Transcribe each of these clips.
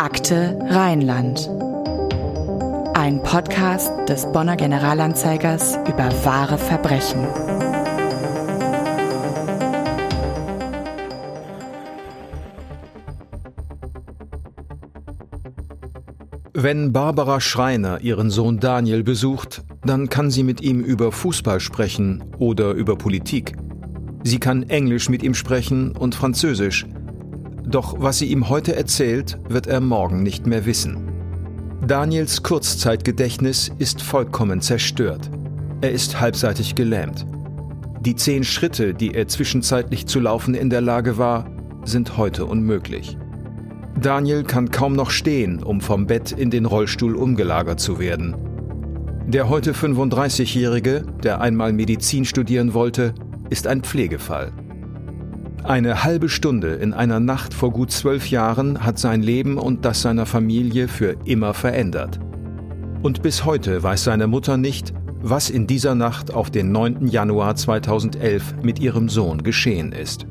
Akte Rheinland. Ein Podcast des Bonner Generalanzeigers über wahre Verbrechen. Wenn Barbara Schreiner ihren Sohn Daniel besucht, dann kann sie mit ihm über Fußball sprechen oder über Politik. Sie kann Englisch mit ihm sprechen und Französisch. Doch was sie ihm heute erzählt, wird er morgen nicht mehr wissen. Daniels Kurzzeitgedächtnis ist vollkommen zerstört. Er ist halbseitig gelähmt. Die 10 Schritte, die er zwischenzeitlich zu laufen in der Lage war, sind heute unmöglich. Daniel kann kaum noch stehen, um vom Bett in den Rollstuhl umgelagert zu werden. Der heute 35-Jährige, der einmal Medizin studieren wollte, ist ein Pflegefall. Eine halbe Stunde in einer Nacht vor gut 12 Jahren hat sein Leben und das seiner Familie für immer verändert. Und bis heute weiß seine Mutter nicht, was in dieser Nacht auf den 9. Januar 2011 mit ihrem Sohn geschehen ist.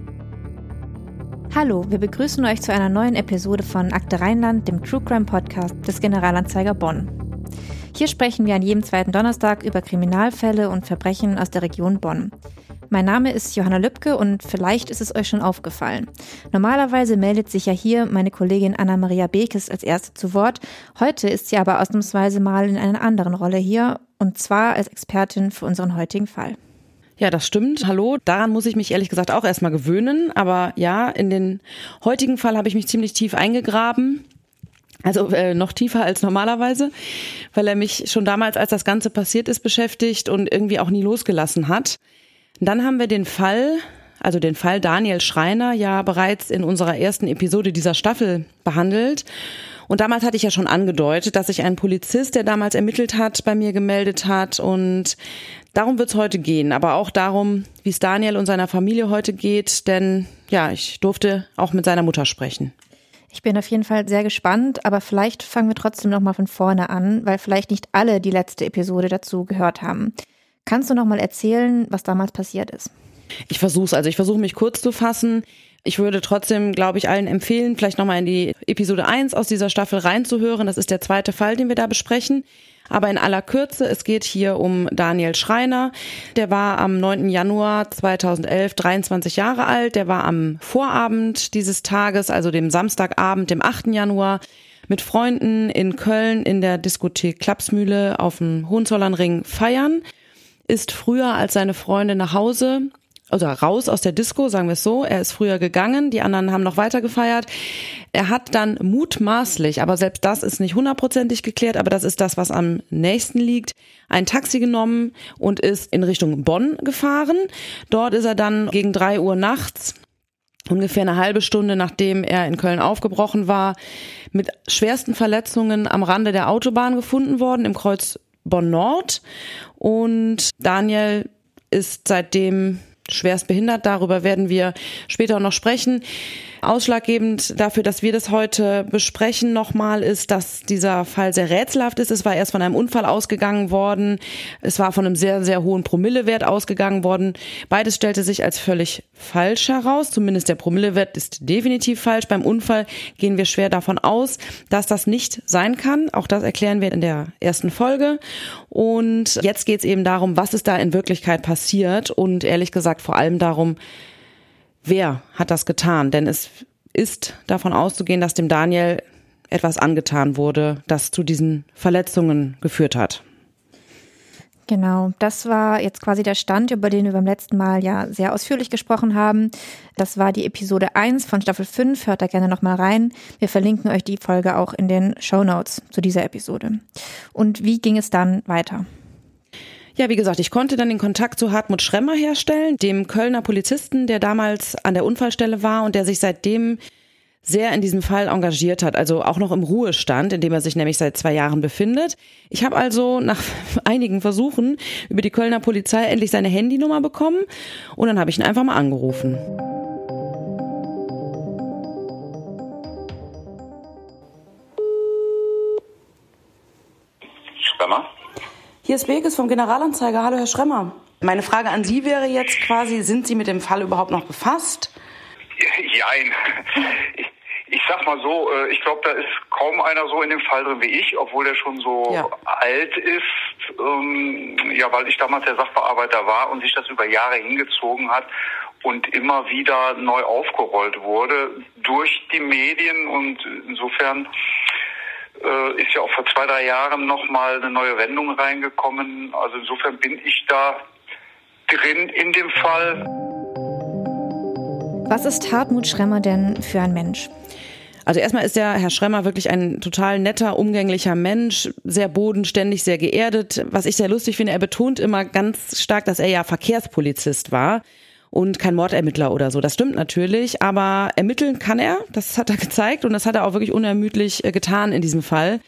Hallo, wir begrüßen euch zu einer neuen Episode von Akte Rheinland, dem True Crime Podcast des Generalanzeiger Bonn. Hier sprechen wir an jedem zweiten Donnerstag über Kriminalfälle und Verbrechen aus der Region Bonn. Mein Name ist Johanna Lübke und vielleicht ist es euch schon aufgefallen. Normalerweise meldet sich ja hier meine Kollegin Anna-Maria Bekes als Erste zu Wort. Heute ist sie aber ausnahmsweise mal in einer anderen Rolle hier, und zwar als Expertin für unseren heutigen Fall. Ja, das stimmt. Hallo, daran muss ich mich ehrlich gesagt auch erstmal gewöhnen. Aber ja, in den heutigen Fall habe ich mich ziemlich tief eingegraben. Also noch tiefer als normalerweise, weil er mich schon damals, als das Ganze passiert ist, beschäftigt und irgendwie auch nie losgelassen hat. Dann haben wir den Fall Daniel Schreiner ja bereits in unserer ersten Episode dieser Staffel behandelt. Und damals hatte ich ja schon angedeutet, dass sich ein Polizist, der damals ermittelt hat, bei mir gemeldet hat. Und darum wird es heute gehen, aber auch darum, wie es Daniel und seiner Familie heute geht. Denn ja, ich durfte auch mit seiner Mutter sprechen. Ich bin auf jeden Fall sehr gespannt, aber vielleicht fangen wir trotzdem noch mal von vorne an, weil vielleicht nicht alle die letzte Episode dazu gehört haben. Kannst du noch mal erzählen, was damals passiert ist? Ich versuche mich kurz zu fassen. Ich würde trotzdem, glaube ich, allen empfehlen, vielleicht nochmal in die Episode 1 aus dieser Staffel reinzuhören. Das ist der zweite Fall, den wir da besprechen. Aber in aller Kürze, es geht hier um Daniel Schreiner. Der war am 9. Januar 2011 23 Jahre alt. Der war am Vorabend dieses Tages, also dem Samstagabend, dem 8. Januar, mit Freunden in Köln in der Diskothek Klapsmühle auf dem Hohenzollernring feiern. Ist früher als seine Freunde nach Hause oder raus aus der Disco, sagen wir es so. Er ist früher gegangen, die anderen haben noch weiter gefeiert. Er hat dann mutmaßlich, aber selbst das ist nicht 100% geklärt, aber das ist das, was am nächsten liegt, ein Taxi genommen und ist in Richtung Bonn gefahren. Dort ist er dann gegen 3 Uhr nachts, ungefähr eine halbe Stunde nachdem er in Köln aufgebrochen war, mit schwersten Verletzungen am Rande der Autobahn gefunden worden, im Kreuz Bonn-Nord. Und Daniel ist seitdem schwerst behindert. Darüber werden wir später noch sprechen. Ausschlaggebend dafür, dass wir das heute besprechen nochmal, ist, dass dieser Fall sehr rätselhaft ist. Es war erst von einem Unfall ausgegangen worden. Es war von einem sehr, sehr hohen Promillewert ausgegangen worden. Beides stellte sich als völlig falsch heraus. Zumindest der Promillewert ist definitiv falsch. Beim Unfall gehen wir schwer davon aus, dass das nicht sein kann. Auch das erklären wir in der ersten Folge. Und jetzt geht es eben darum, was ist da in Wirklichkeit passiert und ehrlich gesagt vor allem darum, wer hat das getan? Denn es ist davon auszugehen, dass dem Daniel etwas angetan wurde, das zu diesen Verletzungen geführt hat. Genau, das war jetzt quasi der Stand, über den wir beim letzten Mal ja sehr ausführlich gesprochen haben. Das war die Episode 1 von Staffel 5, hört da gerne nochmal rein. Wir verlinken euch die Folge auch in den Shownotes zu dieser Episode. Und wie ging es dann weiter? Ja, wie gesagt, ich konnte dann den Kontakt zu Hartmut Schremmer herstellen, dem Kölner Polizisten, der damals an der Unfallstelle war und der sich seitdem sehr in diesem Fall engagiert hat, also auch noch im Ruhestand, in dem er sich nämlich seit 2 Jahren befindet. Ich habe also nach einigen Versuchen über die Kölner Polizei endlich seine Handynummer bekommen und dann habe ich ihn einfach mal angerufen. Schremmer? Hier ist Bekes vom Generalanzeiger. Hallo, Herr Schremmer. Meine Frage an Sie wäre jetzt quasi, sind Sie mit dem Fall überhaupt noch befasst? Jein. Ich sag mal so, ich glaube, da ist kaum einer so in dem Fall drin wie ich, obwohl der schon so alt ist, weil ich damals der Sachbearbeiter war und sich das über Jahre hingezogen hat und immer wieder neu aufgerollt wurde durch die Medien, und insofern ist ja auch vor 2-3 Jahren nochmal eine neue Wendung reingekommen. Also insofern bin ich da drin in dem Fall. Was ist Hartmut Schremmer denn für ein Mensch? Also erstmal ist der Herr Schremmer wirklich ein total netter, umgänglicher Mensch, sehr bodenständig, sehr geerdet. Was ich sehr lustig finde, er betont immer ganz stark, dass er ja Verkehrspolizist war und kein Mordermittler oder so. Das stimmt natürlich, aber ermitteln kann er, das hat er gezeigt und das hat er auch wirklich unermüdlich getan in diesem Fall.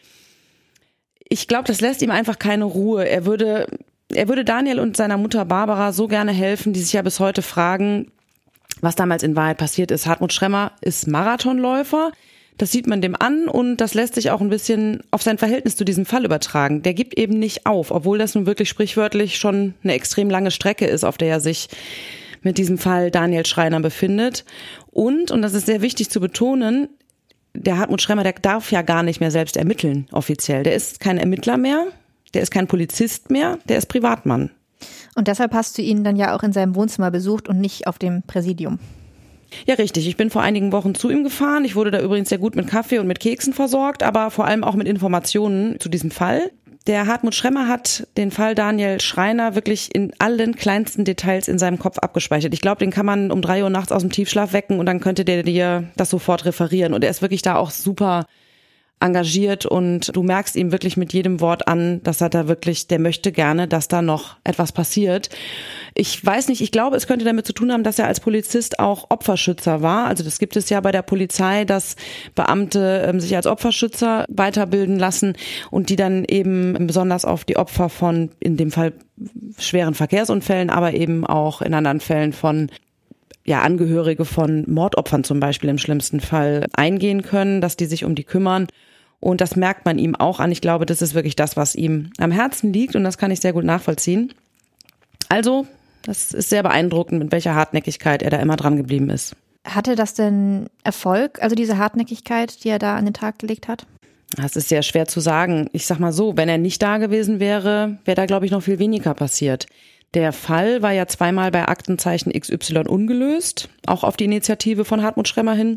Ich glaube, das lässt ihm einfach keine Ruhe. Er würde Daniel und seiner Mutter Barbara so gerne helfen, die sich ja bis heute fragen, was damals in Wahrheit passiert ist. Hartmut Schremmer ist Marathonläufer, das sieht man dem an und das lässt sich auch ein bisschen auf sein Verhältnis zu diesem Fall übertragen. Der gibt eben nicht auf, obwohl das nun wirklich sprichwörtlich schon eine extrem lange Strecke ist, auf der er sich mit diesem Fall Daniel Schreiner befindet. Und das ist sehr wichtig zu betonen, der Hartmut Schremmer, der darf ja gar nicht mehr selbst ermitteln offiziell. Der ist kein Ermittler mehr, der ist kein Polizist mehr, der ist Privatmann. Und deshalb hast du ihn dann ja auch in seinem Wohnzimmer besucht und nicht auf dem Präsidium. Ja, richtig. Ich bin vor einigen Wochen zu ihm gefahren. Ich wurde da übrigens sehr gut mit Kaffee und mit Keksen versorgt, aber vor allem auch mit Informationen zu diesem Fall. Der Hartmut Schremmer hat den Fall Daniel Schreiner wirklich in allen kleinsten Details in seinem Kopf abgespeichert. Ich glaube, den kann man um 3 Uhr nachts aus dem Tiefschlaf wecken und dann könnte der dir das sofort referieren. Und er ist wirklich da auch super engagiert und du merkst ihm wirklich mit jedem Wort an, dass er da wirklich, der möchte gerne, dass da noch etwas passiert. Ich weiß nicht, ich glaube, es könnte damit zu tun haben, dass er als Polizist auch Opferschützer war. Also das gibt es ja bei der Polizei, dass Beamte sich als Opferschützer weiterbilden lassen und die dann eben besonders auf die Opfer von, in dem Fall schweren Verkehrsunfällen, aber eben auch in anderen Fällen von Angehörige von Mordopfern zum Beispiel im schlimmsten Fall eingehen können, dass die sich um die kümmern. Und das merkt man ihm auch an. Ich glaube, das ist wirklich das, was ihm am Herzen liegt und das kann ich sehr gut nachvollziehen. Also, das ist sehr beeindruckend, mit welcher Hartnäckigkeit er da immer dran geblieben ist. Hatte das denn Erfolg, also diese Hartnäckigkeit, die er da an den Tag gelegt hat? Das ist sehr schwer zu sagen. Ich sag mal so, wenn er nicht da gewesen wäre, wäre da, glaube ich, noch viel weniger passiert. Der Fall war ja 2-mal bei Aktenzeichen XY ungelöst, auch auf die Initiative von Hartmut Schremmer hin.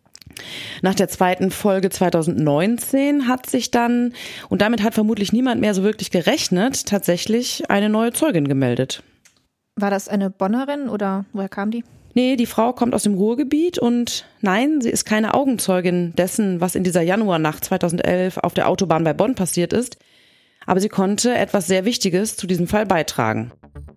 Nach der 2. Folge 2019 hat sich dann, und damit hat vermutlich niemand mehr so wirklich gerechnet, tatsächlich eine neue Zeugin gemeldet. War das eine Bonnerin oder woher kam die? Nee, die Frau kommt aus dem Ruhrgebiet und nein, sie ist keine Augenzeugin dessen, was in dieser Januarnacht 2011 auf der Autobahn bei Bonn passiert ist. Aber sie konnte etwas sehr Wichtiges zu diesem Fall beitragen.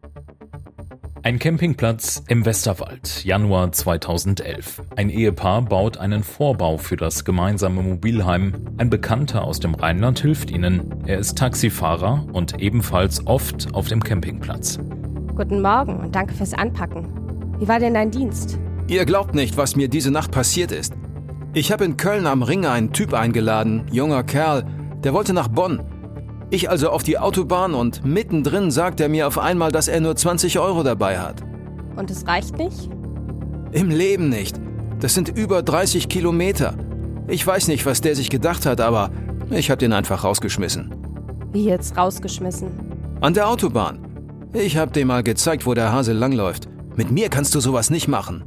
Ein Campingplatz im Westerwald, Januar 2011. Ein Ehepaar baut einen Vorbau für das gemeinsame Mobilheim. Ein Bekannter aus dem Rheinland hilft ihnen. Er ist Taxifahrer und ebenfalls oft auf dem Campingplatz. Guten Morgen und danke fürs Anpacken. Wie war denn dein Dienst? Ihr glaubt nicht, was mir diese Nacht passiert ist. Ich habe in Köln am Ring einen Typ eingeladen, junger Kerl, der wollte nach Bonn. Ich also auf die Autobahn und mittendrin sagt er mir auf einmal, dass er nur 20 € dabei hat. Und es reicht nicht? Im Leben nicht. Das sind über 30 Kilometer. Ich weiß nicht, was der sich gedacht hat, aber ich habe den einfach rausgeschmissen. Wie jetzt rausgeschmissen? An der Autobahn. Ich habe dem mal gezeigt, wo der Hase langläuft. Mit mir kannst du sowas nicht machen.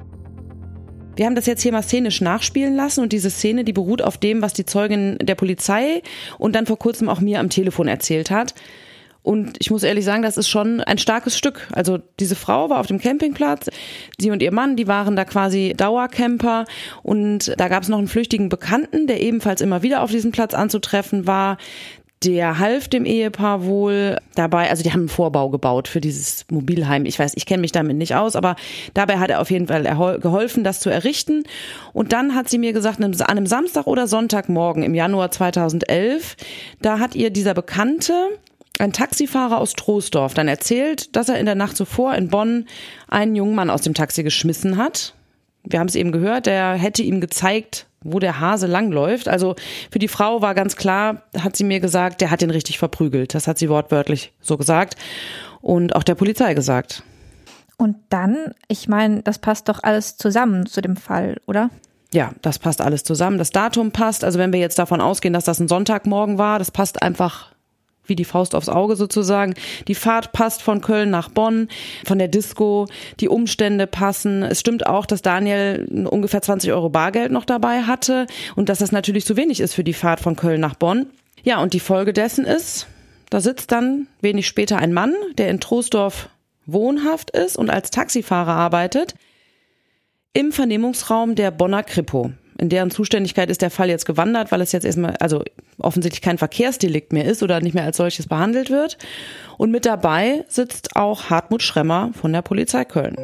Wir haben das jetzt hier mal szenisch nachspielen lassen und diese Szene, die beruht auf dem, was die Zeugin der Polizei und dann vor kurzem auch mir am Telefon erzählt hat. Und ich muss ehrlich sagen, das ist schon ein starkes Stück. Also diese Frau war auf dem Campingplatz, sie und ihr Mann, die waren da quasi Dauercamper und da gab es noch einen flüchtigen Bekannten, der ebenfalls immer wieder auf diesem Platz anzutreffen war. Der half dem Ehepaar wohl dabei, also die haben einen Vorbau gebaut für dieses Mobilheim. Ich weiß, ich kenne mich damit nicht aus, aber dabei hat er auf jeden Fall geholfen, das zu errichten. Und dann hat sie mir gesagt, an einem Samstag oder Sonntagmorgen im Januar 2011, da hat ihr dieser Bekannte, ein Taxifahrer aus Troisdorf, dann erzählt, dass er in der Nacht zuvor in Bonn einen jungen Mann aus dem Taxi geschmissen hat. Wir haben es eben gehört, der hätte ihm gezeigt, wo der Hase langläuft. Also für die Frau war ganz klar, hat sie mir gesagt, der hat den richtig verprügelt. Das hat sie wortwörtlich so gesagt und auch der Polizei gesagt. Und dann, ich meine, das passt doch alles zusammen zu dem Fall, oder? Ja, das passt alles zusammen. Das Datum passt. Also wenn wir jetzt davon ausgehen, dass das ein Sonntagmorgen war, das passt einfach wie die Faust aufs Auge sozusagen. Die Fahrt passt von Köln nach Bonn, von der Disco, die Umstände passen. Es stimmt auch, dass Daniel ungefähr 20 € Bargeld noch dabei hatte und dass das natürlich zu wenig ist für die Fahrt von Köln nach Bonn. Ja, und die Folge dessen ist, da sitzt dann wenig später ein Mann, der in Troisdorf wohnhaft ist und als Taxifahrer arbeitet, im Vernehmungsraum der Bonner Kripo. In deren Zuständigkeit ist der Fall jetzt gewandert, weil es jetzt erstmal, also offensichtlich kein Verkehrsdelikt mehr ist oder nicht mehr als solches behandelt wird. Und mit dabei sitzt auch Hartmut Schremmer von der Polizei Köln.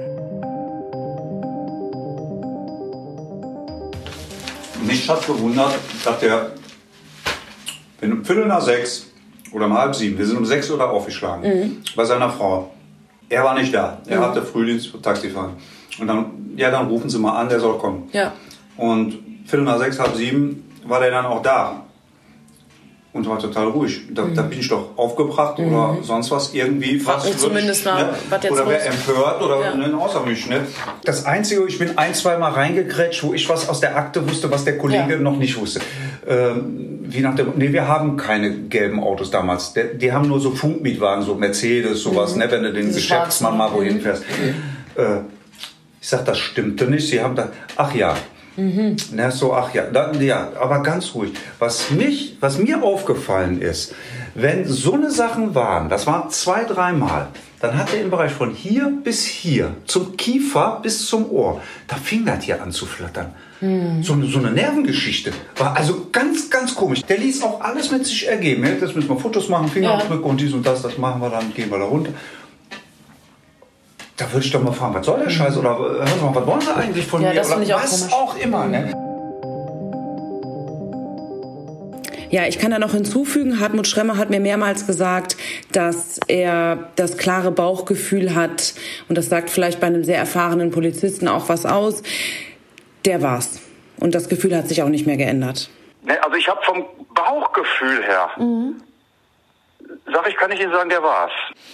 Mich hat gewundert, dass der, wenn um 5:45 oder um 6:30, wir sind um 6 Uhr da aufgeschlagen, bei seiner Frau. Er war nicht da, er hatte Frühdienst für Taxifahren. Und dann rufen Sie mal an, der soll kommen. Ja. Und 5:45, 6:30 war der dann auch da. Und war total ruhig. Da bin ich doch aufgebracht oder sonst was irgendwie. Zumindest mal, was jetzt oder wer empört oder außer mich. Ne? Das Einzige, ich bin 1-2 Mal reingegrätscht, wo ich was aus der Akte wusste, was der Kollege noch nicht wusste. Wir haben keine gelben Autos damals. Die haben nur so Funkmietwagen, so Mercedes, sowas, ne, wenn du den Geschäftsmann mal wohin fährst. Ich sag, das stimmte nicht. Sie haben da, ach ja. Na, so, ach ja, aber ganz ruhig. Was mir aufgefallen ist, wenn so eine Sachen waren, das waren 2-3 Mal, dann hat er im Bereich von hier bis hier, zum Kiefer bis zum Ohr, da fing das hier an zu flattern. So eine Nervengeschichte. War also ganz, ganz komisch. Der ließ auch alles mit sich ergeben. Jetzt müssen wir Fotos machen, Fingerabdrücke und dies und das machen wir dann, gehen wir da runter. Da würde ich doch mal fragen, was soll der Scheiß? Oder hören Sie mal, was wollen Sie eigentlich von mir? Das oder ich auch was komisch. Auch immer. Ne? Ja, ich kann da noch hinzufügen, Hartmut Schremmer hat mir mehrmals gesagt, dass er das klare Bauchgefühl hat, und das sagt vielleicht bei einem sehr erfahrenen Polizisten auch was aus, der war's. Und das Gefühl hat sich auch nicht mehr geändert. Ne, also ich habe vom Bauchgefühl her, kann ich Ihnen sagen, der war's.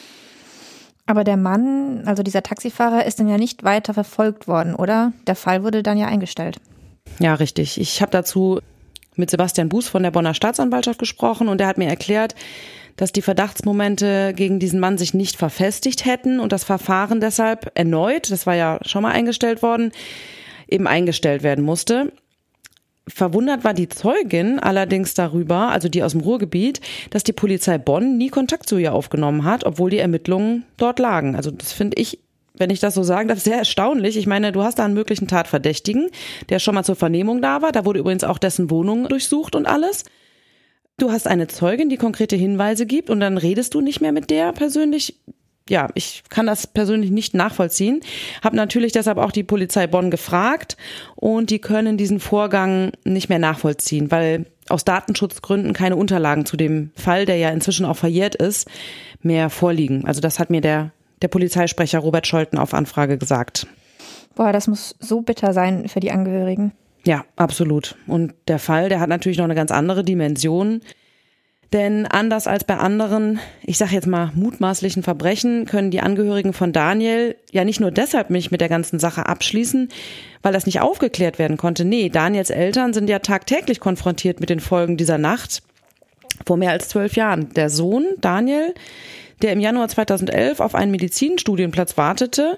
Aber der Mann, also dieser Taxifahrer, ist dann ja nicht weiter verfolgt worden, oder? Der Fall wurde dann ja eingestellt. Ja, richtig. Ich habe dazu mit Sebastian Buß von der Bonner Staatsanwaltschaft gesprochen und der hat mir erklärt, dass die Verdachtsmomente gegen diesen Mann sich nicht verfestigt hätten und das Verfahren deshalb erneut, das war ja schon mal eingestellt worden, eben eingestellt werden musste. Verwundert war die Zeugin allerdings darüber, also die aus dem Ruhrgebiet, dass die Polizei Bonn nie Kontakt zu ihr aufgenommen hat, obwohl die Ermittlungen dort lagen. Also das finde ich, wenn ich das so sagen darf, sehr erstaunlich. Ich meine, du hast da einen möglichen Tatverdächtigen, der schon mal zur Vernehmung da war. Da wurde übrigens auch dessen Wohnung durchsucht und alles. Du hast eine Zeugin, die konkrete Hinweise gibt und dann redest du nicht mehr mit der persönlich. Ja, ich kann das persönlich nicht nachvollziehen. Habe natürlich deshalb auch die Polizei Bonn gefragt und die können diesen Vorgang nicht mehr nachvollziehen, weil aus Datenschutzgründen keine Unterlagen zu dem Fall, der ja inzwischen auch verjährt ist, mehr vorliegen. Also das hat mir der Polizeisprecher Robert Scholten auf Anfrage gesagt. Boah, das muss so bitter sein für die Angehörigen. Ja, absolut. Und der Fall, der hat natürlich noch eine ganz andere Dimension. Denn anders als bei anderen, ich sage jetzt mal mutmaßlichen Verbrechen, können die Angehörigen von Daniel ja nicht nur deshalb nicht mit der ganzen Sache abschließen, weil das nicht aufgeklärt werden konnte. Nee, Daniels Eltern sind ja tagtäglich konfrontiert mit den Folgen dieser Nacht vor mehr als 12 Jahren. Der Sohn, Daniel, der im Januar 2011 auf einen Medizinstudienplatz wartete,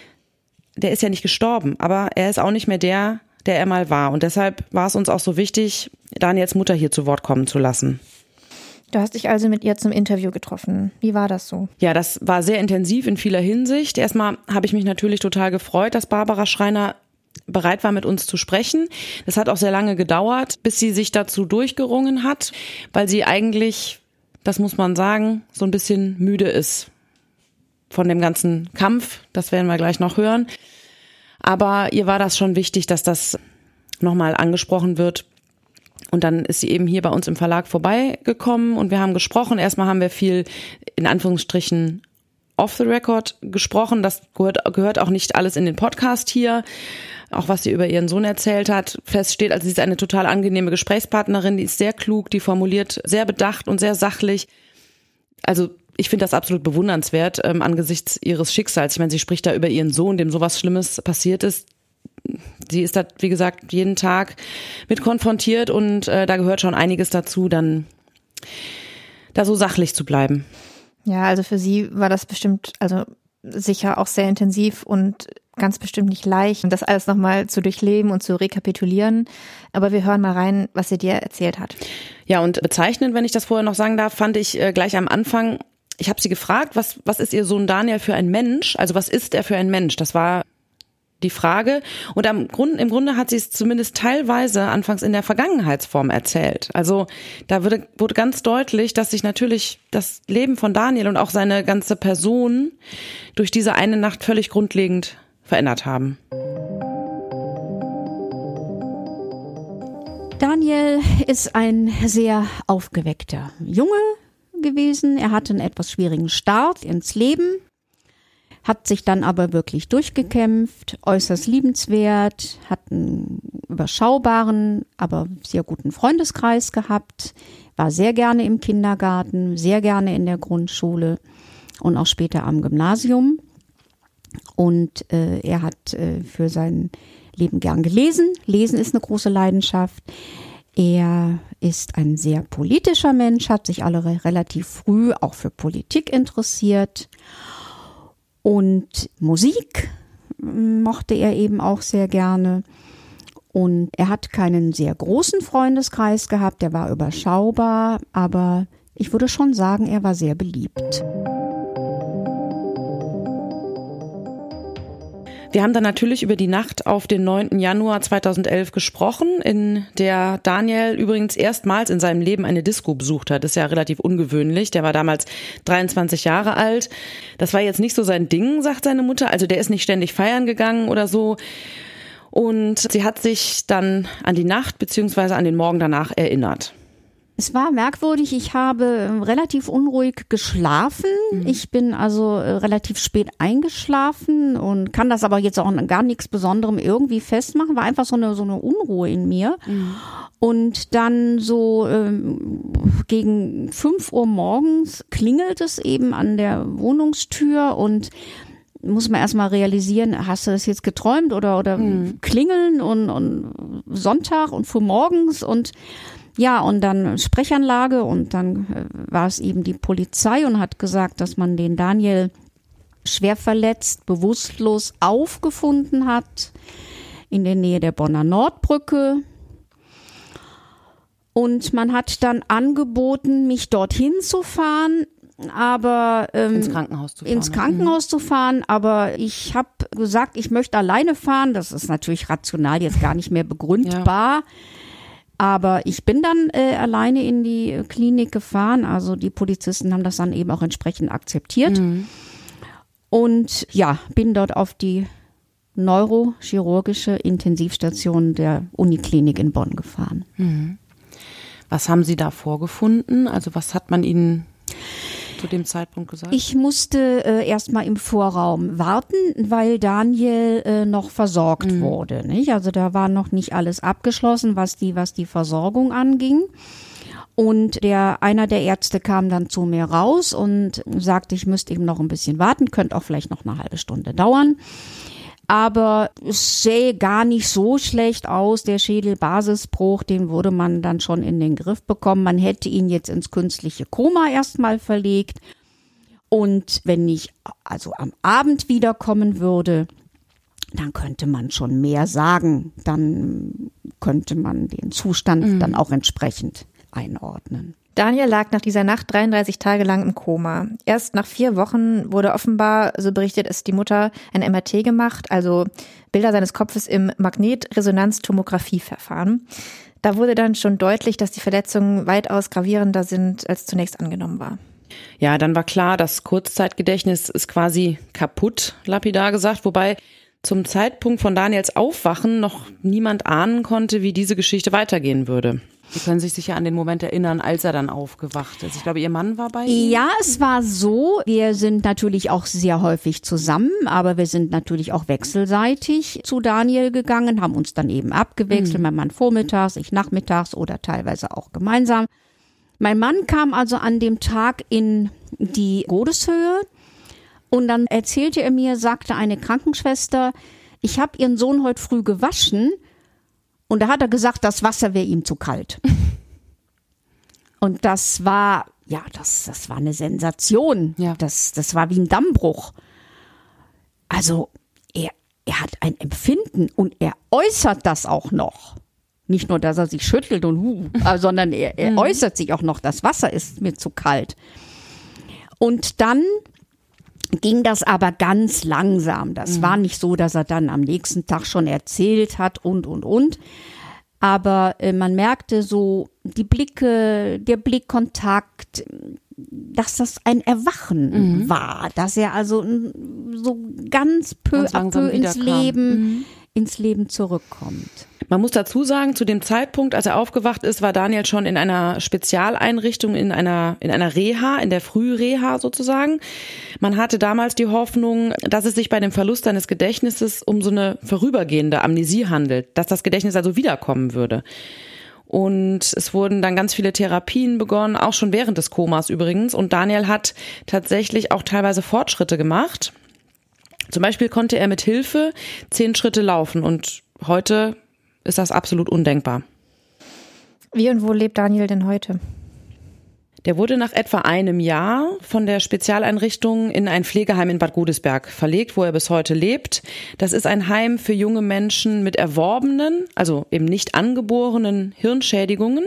der ist ja nicht gestorben, aber er ist auch nicht mehr der er mal war. Und deshalb war es uns auch so wichtig, Daniels Mutter hier zu Wort kommen zu lassen. Du hast dich also mit ihr zum Interview getroffen. Wie war das so? Ja, das war sehr intensiv in vieler Hinsicht. Erstmal habe ich mich natürlich total gefreut, dass Barbara Schreiner bereit war, mit uns zu sprechen. Das hat auch sehr lange gedauert, bis sie sich dazu durchgerungen hat, weil sie eigentlich, das muss man sagen, so ein bisschen müde ist von dem ganzen Kampf. Das werden wir gleich noch hören. Aber ihr war das schon wichtig, dass das nochmal angesprochen wird. Und dann ist sie eben hier bei uns im Verlag vorbeigekommen und wir haben gesprochen. Erstmal haben wir viel, in Anführungsstrichen, off the record gesprochen. Das gehört auch nicht alles in den Podcast hier. Auch was sie über ihren Sohn erzählt hat, feststeht, also sie ist eine total angenehme Gesprächspartnerin, die ist sehr klug, die formuliert sehr bedacht und sehr sachlich. Also ich finde das absolut bewundernswert angesichts ihres Schicksals. Ich meine, sie spricht da über ihren Sohn, dem sowas Schlimmes passiert ist. sie ist da, wie gesagt, jeden Tag mit konfrontiert und da gehört schon einiges dazu, dann da so sachlich zu bleiben. Ja, also für sie war das bestimmt, also sicher auch sehr intensiv und ganz bestimmt nicht leicht, das alles nochmal zu durchleben und zu rekapitulieren. Aber wir hören mal rein, was sie dir erzählt hat. Ja, und bezeichnend, wenn ich das vorher noch sagen darf, fand ich gleich am Anfang, ich habe sie gefragt, was ist ihr Sohn Daniel für ein Mensch? Also was ist er für ein Mensch? Das war die Frage. Und im Grunde hat sie es zumindest teilweise anfangs in der Vergangenheitsform erzählt. Also da wurde ganz deutlich, dass sich natürlich das Leben von Daniel und auch seine ganze Person durch diese eine Nacht völlig grundlegend verändert haben. Daniel ist ein sehr aufgeweckter Junge gewesen. Er hatte einen etwas schwierigen Start ins Leben, hat sich dann aber wirklich durchgekämpft, äußerst liebenswert, hat einen überschaubaren, aber sehr guten Freundeskreis gehabt, war sehr gerne im Kindergarten, sehr gerne in der Grundschule und auch später am Gymnasium. Und er hat für sein Leben gern gelesen. Lesen ist eine große Leidenschaft. Er ist ein sehr politischer Mensch, hat sich alle relativ früh auch für Politik interessiert. Und Musik mochte er eben auch sehr gerne. Und er hat keinen sehr großen Freundeskreis gehabt, der war überschaubar, aber ich würde schon sagen, er war sehr beliebt. Wir haben dann natürlich über die Nacht auf den 9. Januar 2011 gesprochen, in der Daniel übrigens erstmals in seinem Leben eine Disco besucht hat. Das ist ja relativ ungewöhnlich. Der war damals 23 Jahre alt. Das war jetzt nicht so sein Ding, sagt seine Mutter. Also der ist nicht ständig feiern gegangen oder so. Und sie hat sich dann an die Nacht bzw. an den Morgen danach erinnert. Es war merkwürdig, ich habe relativ unruhig geschlafen. Ich bin also relativ spät eingeschlafen und kann das aber jetzt auch an gar nichts Besonderem irgendwie festmachen. War einfach so eine Unruhe in mir. Und dann so gegen 5 Uhr morgens klingelt es eben an der Wohnungstür und muss man erstmal realisieren, hast du das jetzt geträumt oder klingeln und Sonntag und früh morgens und ja, und dann Sprechanlage und dann war es eben die Polizei und hat gesagt, dass man den Daniel schwer verletzt, bewusstlos aufgefunden hat in der Nähe der Bonner Nordbrücke. Und man hat dann angeboten, mich dorthin zu fahren, aber ins Krankenhaus zu fahren. Aber ich habe gesagt, ich möchte alleine fahren. Das ist natürlich rational jetzt gar nicht mehr begründbar. Ja. Aber ich bin dann alleine in die Klinik gefahren. Also die Polizisten haben das dann eben auch entsprechend akzeptiert. Und ja, bin dort auf die neurochirurgische Intensivstation der Uniklinik in Bonn gefahren. Was haben Sie da vorgefunden? Also was hat man Ihnen zu dem Zeitpunkt gesagt? Ich musste erstmal im Vorraum warten, weil Daniel noch versorgt wurde. Nicht? Also da war noch nicht alles abgeschlossen, was die Versorgung anging. Und einer der Ärzte kam dann zu mir raus und sagte, ich müsste eben noch ein bisschen warten, könnte auch vielleicht noch eine halbe Stunde dauern. Aber es sähe gar nicht so schlecht aus. Der Schädelbasisbruch, den würde man dann schon in den Griff bekommen. Man hätte ihn jetzt ins künstliche Koma erstmal verlegt. Und wenn ich also am Abend wiederkommen würde, dann könnte man schon mehr sagen. Dann könnte man den Zustand dann auch entsprechend einordnen. Daniel lag nach dieser Nacht 33 Tage lang im Koma. Erst nach 4 Wochen wurde offenbar, so berichtet es die Mutter, ein MRT gemacht, also Bilder seines Kopfes im Magnetresonanztomographieverfahren. Da wurde dann schon deutlich, dass die Verletzungen weitaus gravierender sind, als zunächst angenommen war. Ja, dann war klar, das Kurzzeitgedächtnis ist quasi kaputt, lapidar gesagt, wobei zum Zeitpunkt von Daniels Aufwachen noch niemand ahnen konnte, wie diese Geschichte weitergehen würde. Sie können sich sicher an den Moment erinnern, als er dann aufgewacht ist. Ich glaube, Ihr Mann war bei ihm? Ja, es war so. Wir sind natürlich auch sehr häufig zusammen, aber wir sind natürlich auch wechselseitig zu Daniel gegangen, haben uns dann eben abgewechselt. Mein Mann vormittags, ich nachmittags oder teilweise auch gemeinsam. Mein Mann kam also an dem Tag in die Godeshöhe und dann erzählte er mir, sagte eine Krankenschwester, ich habe Ihren Sohn heute früh gewaschen und da hat er gesagt, das Wasser wäre ihm zu kalt. Und das war, das war eine Sensation. Ja. Das war wie ein Dammbruch. Also er hat ein Empfinden und er äußert das auch noch. Nicht nur, dass er sich schüttelt und sondern er äußert sich auch noch, das Wasser ist mir zu kalt. Und dann ging das aber ganz langsam. Das war nicht so, dass er dann am nächsten Tag schon erzählt hat und. Aber man merkte so die Blicke, der Blickkontakt, dass das ein Erwachen war, dass er also so ganz peu à peu ins Leben zurückkommt. Man muss dazu sagen, zu dem Zeitpunkt, als er aufgewacht ist, war Daniel schon in einer Spezialeinrichtung, in einer Reha, in der Frühreha sozusagen. Man hatte damals die Hoffnung, dass es sich bei dem Verlust seines Gedächtnisses um so eine vorübergehende Amnesie handelt, dass das Gedächtnis also wiederkommen würde. Und es wurden dann ganz viele Therapien begonnen, auch schon während des Komas übrigens. Und Daniel hat tatsächlich auch teilweise Fortschritte gemacht. Zum Beispiel konnte er mit Hilfe 10 Schritte laufen und heute ist das absolut undenkbar. Wie und wo lebt Daniel denn heute? Der wurde nach etwa einem Jahr von der Spezialeinrichtung in ein Pflegeheim in Bad Godesberg verlegt, wo er bis heute lebt. Das ist ein Heim für junge Menschen mit erworbenen, also eben nicht angeborenen Hirnschädigungen.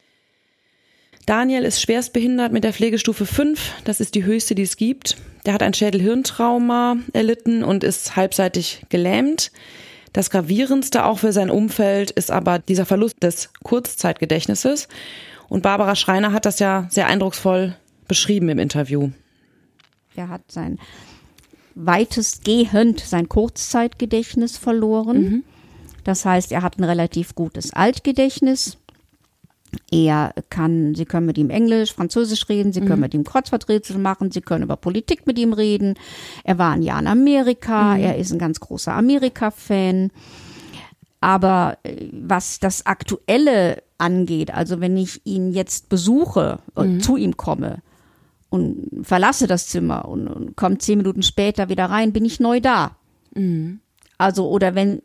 Daniel ist schwerstbehindert mit der Pflegestufe 5, das ist die höchste, die es gibt. Der hat ein Schädel-Hirntrauma erlitten und ist halbseitig gelähmt. Das Gravierendste auch für sein Umfeld ist aber dieser Verlust des Kurzzeitgedächtnisses. Und Barbara Schreiner hat das ja sehr eindrucksvoll beschrieben im Interview. Er hat weitestgehend sein Kurzzeitgedächtnis verloren. Das heißt, er hat ein relativ gutes Altgedächtnis. Sie können mit ihm Englisch, Französisch reden, Sie können mit ihm Kreuzworträtsel machen, Sie können über Politik mit ihm reden. Er war ein Jahr in Amerika, er ist ein ganz großer Amerika-Fan. Aber was das Aktuelle angeht, also wenn ich ihn jetzt besuche, zu ihm komme und verlasse das Zimmer und komme 10 Minuten später wieder rein, bin ich neu da. Also, oder wenn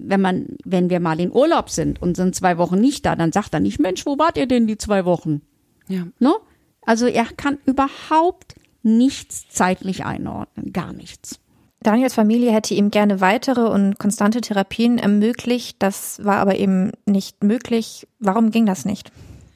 wir mal in Urlaub sind und sind 2 Wochen nicht da, dann sagt er nicht, Mensch, wo wart ihr denn die 2 Wochen? Ja. No? Also er kann überhaupt nichts zeitlich einordnen, gar nichts. Daniels Familie hätte ihm gerne weitere und konstante Therapien ermöglicht. Das war aber eben nicht möglich. Warum ging das nicht?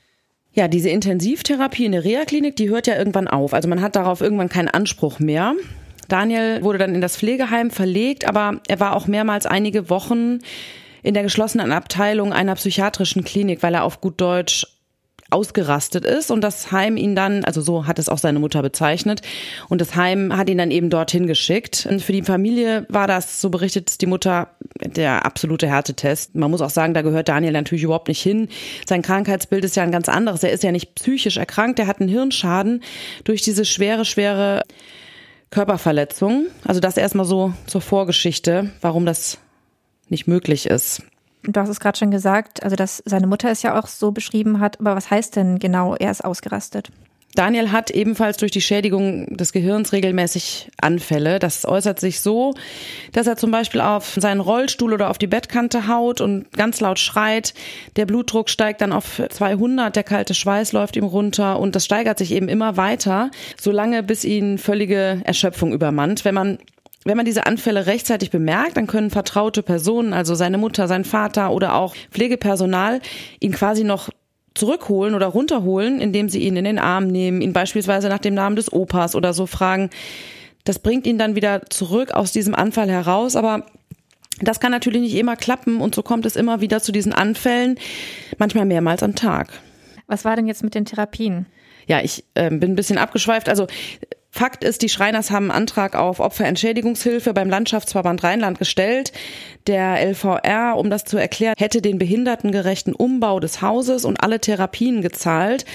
Ja, diese Intensivtherapie in der Reha-Klinik, die hört ja irgendwann auf. Also man hat darauf irgendwann keinen Anspruch mehr. Daniel wurde dann in das Pflegeheim verlegt, aber er war auch mehrmals einige Wochen in der geschlossenen Abteilung einer psychiatrischen Klinik, weil er auf gut Deutsch ausgerastet ist und das Heim ihn dann, also so hat es auch seine Mutter bezeichnet, und das Heim hat ihn dann eben dorthin geschickt. Und für die Familie war das, so berichtet die Mutter, der absolute Härtetest. Man muss auch sagen, da gehört Daniel natürlich überhaupt nicht hin. Sein Krankheitsbild ist ja ein ganz anderes. Er ist ja nicht psychisch erkrankt, er hat einen Hirnschaden durch diese schwere Körperverletzung. Also das erstmal so zur Vorgeschichte, warum das nicht möglich ist. Du hast es gerade schon gesagt, also dass seine Mutter es ja auch so beschrieben hat, aber was heißt denn genau, er ist ausgerastet? Daniel hat ebenfalls durch die Schädigung des Gehirns regelmäßig Anfälle. Das äußert sich so, dass er zum Beispiel auf seinen Rollstuhl oder auf die Bettkante haut und ganz laut schreit. Der Blutdruck steigt dann auf 200, der kalte Schweiß läuft ihm runter und das steigert sich eben immer weiter, solange bis ihn völlige Erschöpfung übermannt. Wenn man diese Anfälle rechtzeitig bemerkt, dann können vertraute Personen, also seine Mutter, sein Vater oder auch Pflegepersonal, ihn quasi noch zurückholen oder runterholen, indem sie ihn in den Arm nehmen, ihn beispielsweise nach dem Namen des Opas oder so fragen. Das bringt ihn dann wieder zurück aus diesem Anfall heraus, aber das kann natürlich nicht immer klappen und so kommt es immer wieder zu diesen Anfällen, manchmal mehrmals am Tag. Was war denn jetzt mit den Therapien? Ja, ich bin ein bisschen abgeschweift. Also Fakt ist, die Schreiners haben einen Antrag auf Opferentschädigungshilfe beim Landschaftsverband Rheinland gestellt. Der LVR, um das zu erklären, hätte den behindertengerechten Umbau des Hauses und alle Therapien gezahlt,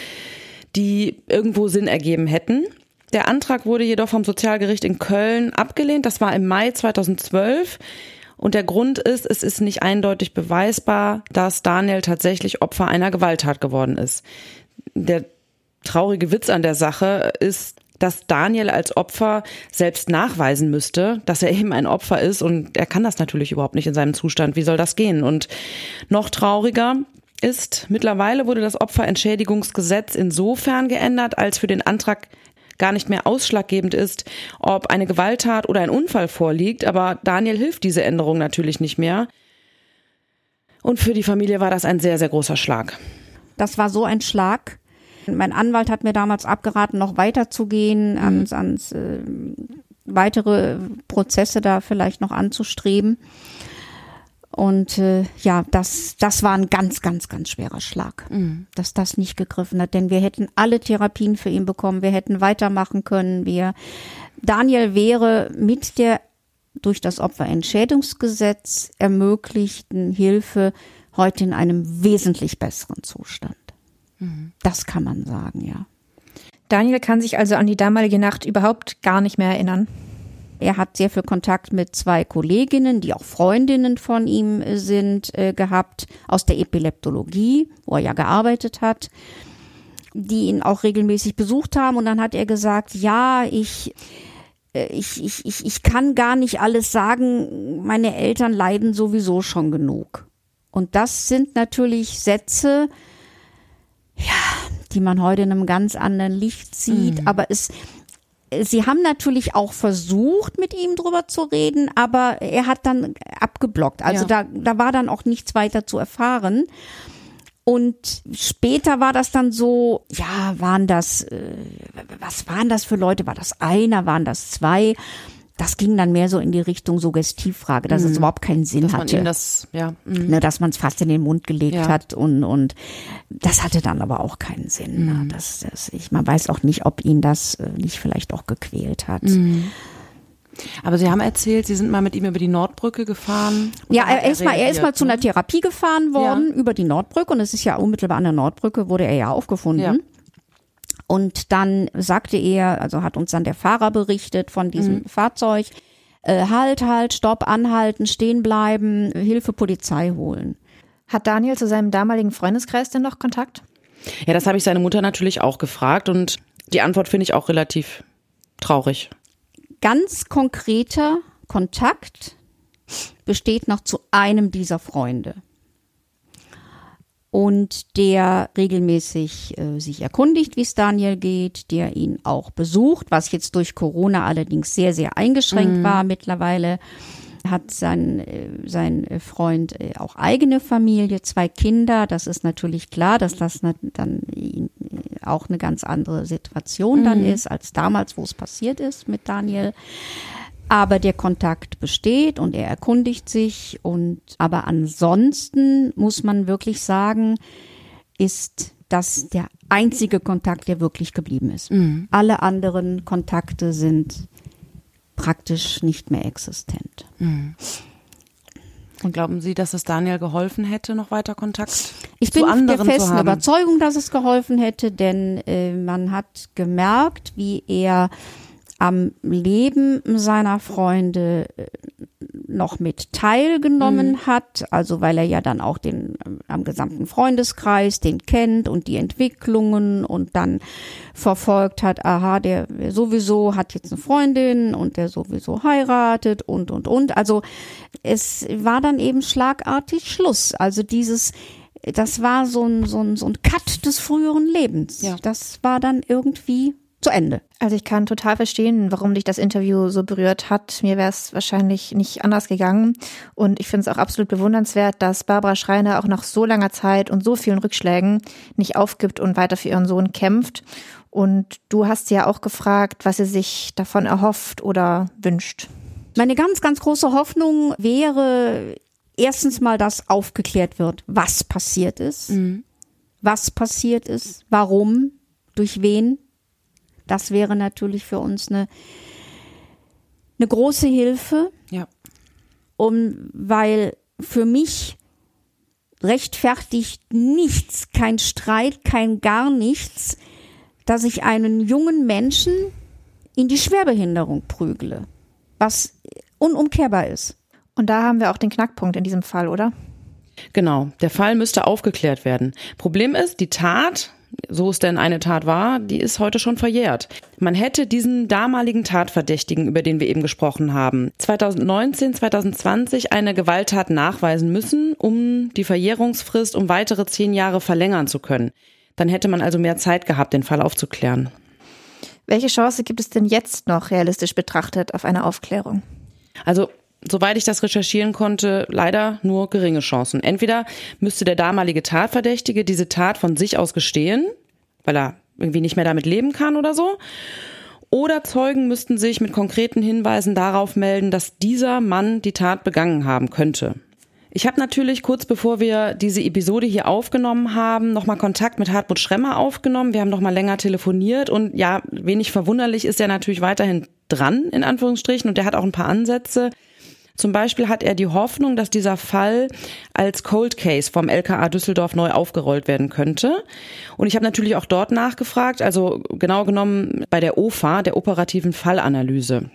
die irgendwo Sinn ergeben hätten. Der Antrag wurde jedoch vom Sozialgericht in Köln abgelehnt. Das war im Mai 2012. Und der Grund ist, es ist nicht eindeutig beweisbar, dass Daniel tatsächlich Opfer einer Gewalttat geworden ist. Der traurige Witz an der Sache ist, dass Daniel als Opfer selbst nachweisen müsste, dass er eben ein Opfer ist, und er kann das natürlich überhaupt nicht in seinem Zustand. Wie soll das gehen? Und noch trauriger ist, mittlerweile wurde das Opferentschädigungsgesetz insofern geändert, als für den Antrag gar nicht mehr ausschlaggebend ist, ob eine Gewalttat oder ein Unfall vorliegt. Aber Daniel hilft diese Änderung natürlich nicht mehr. Und für die Familie war das ein sehr, sehr großer Schlag. Das war so ein Schlag. Mein Anwalt hat mir damals abgeraten, noch weiterzugehen, ans weitere Prozesse da vielleicht noch anzustreben. Und das war ein ganz, ganz, ganz schwerer Schlag, dass das nicht gegriffen hat. Denn wir hätten alle Therapien für ihn bekommen, wir hätten weitermachen können. Daniel wäre mit der durch das Opferentschädigungsgesetz ermöglichten Hilfe heute in einem wesentlich besseren Zustand. Das kann man sagen, ja. Daniel kann sich also an die damalige Nacht überhaupt gar nicht mehr erinnern. Er hat sehr viel Kontakt mit 2 Kolleginnen, die auch Freundinnen von ihm sind, gehabt, aus der Epileptologie, wo er ja gearbeitet hat, die ihn auch regelmäßig besucht haben. Und dann hat er gesagt, ja, ich kann gar nicht alles sagen, meine Eltern leiden sowieso schon genug. Und das sind natürlich Sätze, die man heute in einem ganz anderen Licht sieht, aber sie haben natürlich auch versucht, mit ihm drüber zu reden, aber er hat dann abgeblockt. Also da war dann auch nichts weiter zu erfahren. Und später war das dann so, was waren das für Leute? War das einer? Waren das 2? Das ging dann mehr so in die Richtung Suggestivfrage, dass es überhaupt keinen Sinn hatte. Dass man es fast in den Mund gelegt hat und das hatte dann aber auch keinen Sinn. Man weiß auch nicht, ob ihn das nicht vielleicht auch gequält hat. Aber Sie haben erzählt, Sie sind mal mit ihm über die Nordbrücke gefahren. Ja, er ist mal zu einer Therapie gefahren worden über die Nordbrücke, und es ist ja unmittelbar an der Nordbrücke, wurde er ja aufgefunden. Ja. Und dann sagte er, also hat uns dann der Fahrer berichtet von diesem Fahrzeug, halt, stopp, anhalten, stehen bleiben, Hilfe, Polizei holen. Hat Daniel zu seinem damaligen Freundeskreis denn noch Kontakt? Ja, das habe ich seine Mutter natürlich auch gefragt, und die Antwort finde ich auch relativ traurig. Ganz konkreter Kontakt besteht noch zu einem dieser Freunde. Und der regelmäßig sich erkundigt, wie es Daniel geht, der ihn auch besucht, was jetzt durch Corona allerdings sehr, sehr eingeschränkt war. Mittlerweile hat sein Freund auch eigene Familie, 2 Kinder. Das ist natürlich klar, dass das dann auch eine ganz andere Situation dann ist, als damals, wo es passiert ist mit Daniel. Aber der Kontakt besteht und er erkundigt sich. Aber ansonsten muss man wirklich sagen, ist das der einzige Kontakt, der wirklich geblieben ist. Alle anderen Kontakte sind praktisch nicht mehr existent. Und glauben Sie, dass es Daniel geholfen hätte, noch weiter Kontakt zu anderen Ich bin der festen Überzeugung, dass es geholfen hätte, denn man hat gemerkt, wie er am Leben seiner Freunde noch mit teilgenommen hat, also weil er ja dann auch am gesamten Freundeskreis den kennt und die Entwicklungen und dann verfolgt hat, der sowieso hat jetzt eine Freundin und der sowieso heiratet und. Also es war dann eben schlagartig Schluss. Also das war so ein Cut des früheren Lebens. Ja. Das war dann irgendwie zu Ende. Also ich kann total verstehen, warum dich das Interview so berührt hat. Mir wäre es wahrscheinlich nicht anders gegangen. Und ich finde es auch absolut bewundernswert, dass Barbara Schreiner auch nach so langer Zeit und so vielen Rückschlägen nicht aufgibt und weiter für ihren Sohn kämpft. Und du hast sie ja auch gefragt, was sie sich davon erhofft oder wünscht. Meine ganz, ganz große Hoffnung wäre erstens mal, dass aufgeklärt wird, was passiert ist. Was passiert ist, warum, durch wen. Das wäre natürlich für uns eine große Hilfe. Ja. Weil für mich rechtfertigt nichts, kein Streit, kein gar nichts, dass ich einen jungen Menschen in die Schwerbehinderung prügle, was unumkehrbar ist. Und da haben wir auch den Knackpunkt in diesem Fall, oder? Genau, der Fall müsste aufgeklärt werden. Problem ist, die Tat so es denn eine Tat war, die ist heute schon verjährt. Man hätte diesen damaligen Tatverdächtigen, über den wir eben gesprochen haben, 2019, 2020 eine Gewalttat nachweisen müssen, um die Verjährungsfrist um weitere 10 Jahre verlängern zu können. Dann hätte man also mehr Zeit gehabt, den Fall aufzuklären. Welche Chance gibt es denn jetzt noch realistisch betrachtet auf eine Aufklärung? Also, soweit ich das recherchieren konnte, leider nur geringe Chancen. Entweder müsste der damalige Tatverdächtige diese Tat von sich aus gestehen, weil er irgendwie nicht mehr damit leben kann oder so. Oder Zeugen müssten sich mit konkreten Hinweisen darauf melden, dass dieser Mann die Tat begangen haben könnte. Ich habe natürlich kurz bevor wir diese Episode hier aufgenommen haben, nochmal Kontakt mit Hartmut Schremmer aufgenommen. Wir haben nochmal länger telefoniert und ja, wenig verwunderlich ist er natürlich weiterhin dran, in Anführungsstrichen, und der hat auch ein paar Ansätze. Zum Beispiel hat er die Hoffnung, dass dieser Fall als Cold Case vom LKA Düsseldorf neu aufgerollt werden könnte. Und ich habe natürlich auch dort nachgefragt, also genau genommen bei der OFA, der operativen Fallanalyse.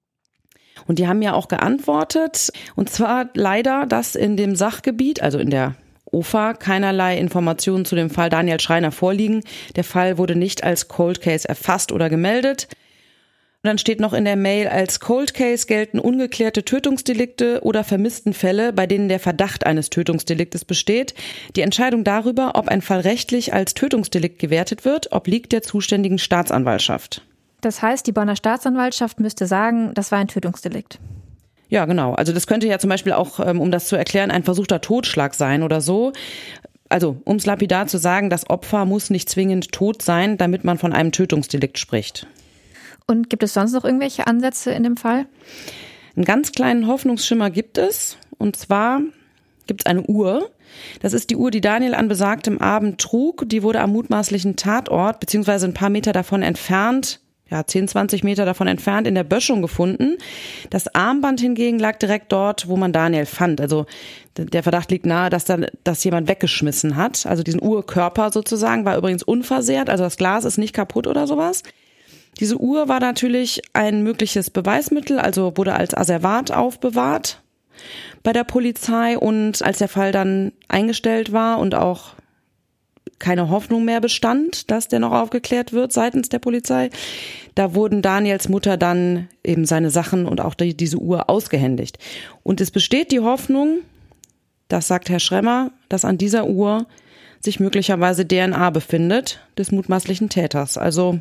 Und die haben mir auch geantwortet, und zwar leider, dass in dem Sachgebiet, also in der OFA, keinerlei Informationen zu dem Fall Daniel Schreiner vorliegen. Der Fall wurde nicht als Cold Case erfasst oder gemeldet. Und dann steht noch in der Mail, als Cold Case gelten ungeklärte Tötungsdelikte oder vermissten Fälle, bei denen der Verdacht eines Tötungsdeliktes besteht. Die Entscheidung darüber, ob ein Fall rechtlich als Tötungsdelikt gewertet wird, obliegt der zuständigen Staatsanwaltschaft. Das heißt, die Bonner Staatsanwaltschaft müsste sagen, das war ein Tötungsdelikt. Ja, genau. Also das könnte ja zum Beispiel auch, um das zu erklären, ein versuchter Totschlag sein oder so. Also um es lapidar zu sagen, das Opfer muss nicht zwingend tot sein, damit man von einem Tötungsdelikt spricht. Und gibt es sonst noch irgendwelche Ansätze in dem Fall? Einen ganz kleinen Hoffnungsschimmer gibt es. Und zwar gibt es eine Uhr. Das ist die Uhr, die Daniel an besagtem Abend trug. Die wurde am mutmaßlichen Tatort, beziehungsweise ein paar Meter davon entfernt, 10, 20 Meter davon entfernt, in der Böschung gefunden. Das Armband hingegen lag direkt dort, wo man Daniel fand. Also der Verdacht liegt nahe, dass das jemand weggeschmissen hat. Also diesen Uhrkörper sozusagen war übrigens unversehrt. Also das Glas ist nicht kaputt oder sowas. Diese Uhr war natürlich ein mögliches Beweismittel, also wurde als Asservat aufbewahrt bei der Polizei. Und als der Fall dann eingestellt war und auch keine Hoffnung mehr bestand, dass der noch aufgeklärt wird seitens der Polizei, da wurden Daniels Mutter dann eben seine Sachen und auch diese Uhr ausgehändigt. Und es besteht die Hoffnung, das sagt Herr Schremmer, dass an dieser Uhr sich möglicherweise DNA befindet des mutmaßlichen Täters. Also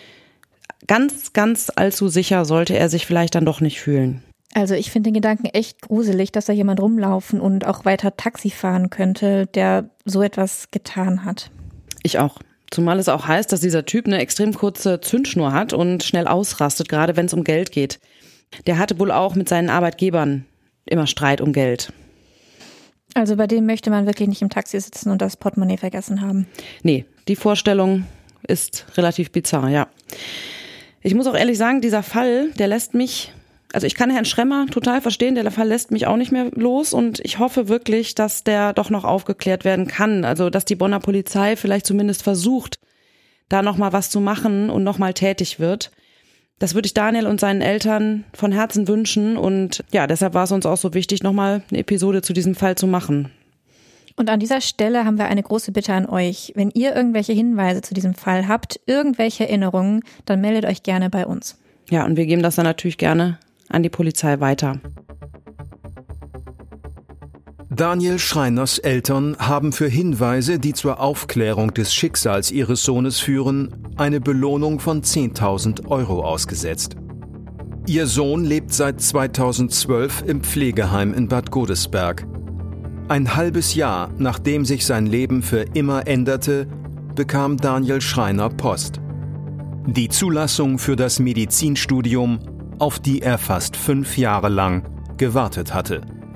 ganz, ganz allzu sicher sollte er sich vielleicht dann doch nicht fühlen. Also ich finde den Gedanken echt gruselig, dass da jemand rumlaufen und auch weiter Taxi fahren könnte, der so etwas getan hat. Ich auch. Zumal es auch heißt, dass dieser Typ eine extrem kurze Zündschnur hat und schnell ausrastet, gerade wenn es um Geld geht. Der hatte wohl auch mit seinen Arbeitgebern immer Streit um Geld. Also bei dem möchte man wirklich nicht im Taxi sitzen und das Portemonnaie vergessen haben. Nee, die Vorstellung ist relativ bizarr, ja. Ich muss auch ehrlich sagen, dieser Fall, der lässt mich, also ich kann Herrn Schremmer total verstehen, der Fall lässt mich auch nicht mehr los und ich hoffe wirklich, dass der doch noch aufgeklärt werden kann. Also dass die Bonner Polizei vielleicht zumindest versucht, da nochmal was zu machen und nochmal tätig wird. Das würde ich Daniel und seinen Eltern von Herzen wünschen und ja, deshalb war es uns auch so wichtig, nochmal eine Episode zu diesem Fall zu machen. Und an dieser Stelle haben wir eine große Bitte an euch. Wenn ihr irgendwelche Hinweise zu diesem Fall habt, irgendwelche Erinnerungen, dann meldet euch gerne bei uns. Ja, und wir geben das dann natürlich gerne an die Polizei weiter. Daniel Schreiners Eltern haben für Hinweise, die zur Aufklärung des Schicksals ihres Sohnes führen, eine Belohnung von 10.000 Euro ausgesetzt. Ihr Sohn lebt seit 2012 im Pflegeheim in Bad Godesberg. Ein halbes Jahr, nachdem sich sein Leben für immer änderte, bekam Daniel Schreiner Post. Die Zulassung für das Medizinstudium, auf die er fast 5 Jahre lang gewartet hatte.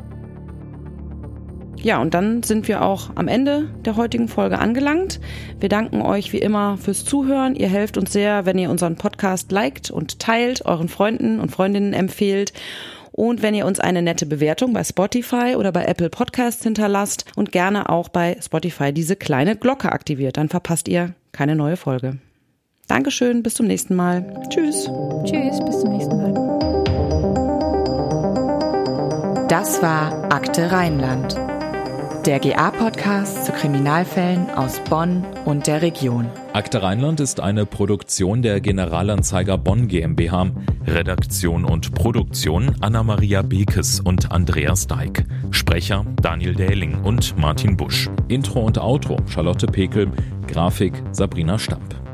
Ja, und dann sind wir auch am Ende der heutigen Folge angelangt. Wir danken euch wie immer fürs Zuhören. Ihr helft uns sehr, wenn ihr unseren Podcast liked und teilt, euren Freunden und Freundinnen empfehlt. Und wenn ihr uns eine nette Bewertung bei Spotify oder bei Apple Podcasts hinterlasst und gerne auch bei Spotify diese kleine Glocke aktiviert, dann verpasst ihr keine neue Folge. Dankeschön, bis zum nächsten Mal. Tschüss. Tschüss, bis zum nächsten Mal. Das war Akte Rheinland. Der GA-Podcast zu Kriminalfällen aus Bonn und der Region. Akte Rheinland ist eine Produktion der Generalanzeiger Bonn GmbH. Redaktion und Produktion Anna-Maria Bekes und Andreas Dijk. Sprecher Daniel Dähling und Martin Busch. Intro und Outro Charlotte Pekel. Grafik Sabrina Stamp.